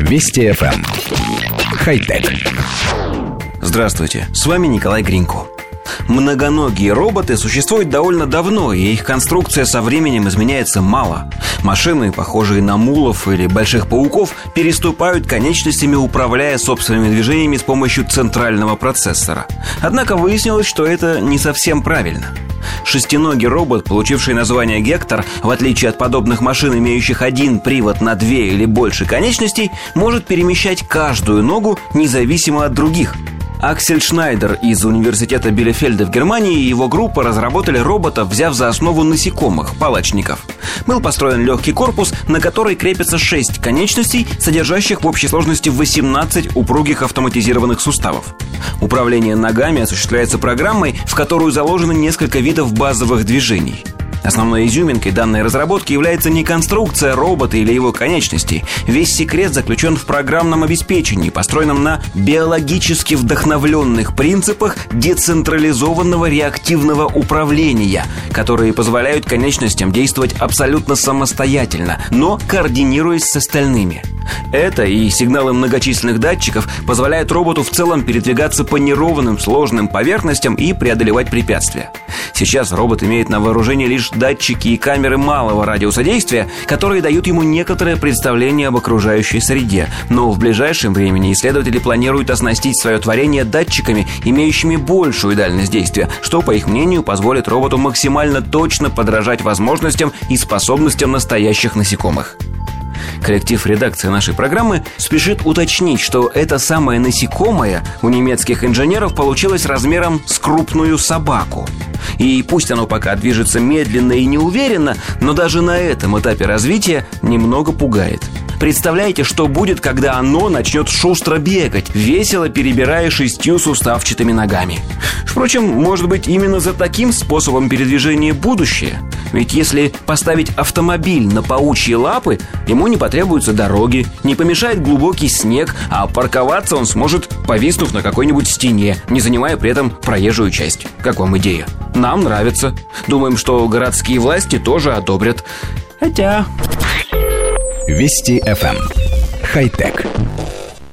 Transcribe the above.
Вести ФМ. Хай-тек. Здравствуйте, с вами Николай Гринько. Многоногие роботы существуют довольно давно, и их конструкция со временем изменяется мало. Машины, похожие на мулов или больших пауков, переступают конечностями, управляя собственными движениями с помощью центрального процессора. Однако выяснилось, что это не совсем правильно. Шестиногий робот, получивший название Гектор, в отличие от подобных машин, имеющих один привод на 2 или больше конечностей, может перемещать каждую ногу независимо от других. Аксель Шнайдер из университета Билефельда в Германии и его группа разработали робота, взяв за основу насекомых, палочников. Был построен легкий корпус, на который крепятся 6 конечностей, содержащих в общей сложности 18 упругих автоматизированных суставов. Управление ногами осуществляется программой, в которую заложено несколько видов базовых движений. Основной изюминкой данной разработки является не конструкция робота или его конечностей. Весь секрет заключен в программном обеспечении, построенном на биологически вдохновленных принципах децентрализованного реактивного управления, которые позволяют конечностям действовать абсолютно самостоятельно, но координируясь с остальными. Это и сигналы многочисленных датчиков позволяют роботу в целом передвигаться по неровным, сложным поверхностям и преодолевать препятствия. Сейчас робот имеет на вооружении лишь датчики и камеры малого радиуса действия, которые дают ему некоторое представление об окружающей среде. Но в ближайшем времени исследователи планируют оснастить свое творение датчиками, имеющими большую дальность действия, что, по их мнению, позволит роботу максимально точно подражать возможностям и способностям настоящих насекомых. Коллектив редакции нашей программы спешит уточнить, что это самое насекомое у немецких инженеров получилось размером с крупную собаку. И пусть оно пока движется медленно и неуверенно, но даже на этом этапе развития немного пугает. Представляете, что будет, когда оно начнет шустро бегать, весело перебирая 6 суставчатыми ногами? Впрочем, может быть, именно за таким способом передвижения будущее? Ведь если поставить автомобиль на паучьи лапы, ему не потребуются дороги, не помешает глубокий снег, а парковаться он сможет, повиснув на какой-нибудь стене, не занимая при этом проезжую часть. Как вам идея? Нам нравится. Думаем, что городские власти тоже одобрят. Хотя... Вести ФМ. Хай-тек.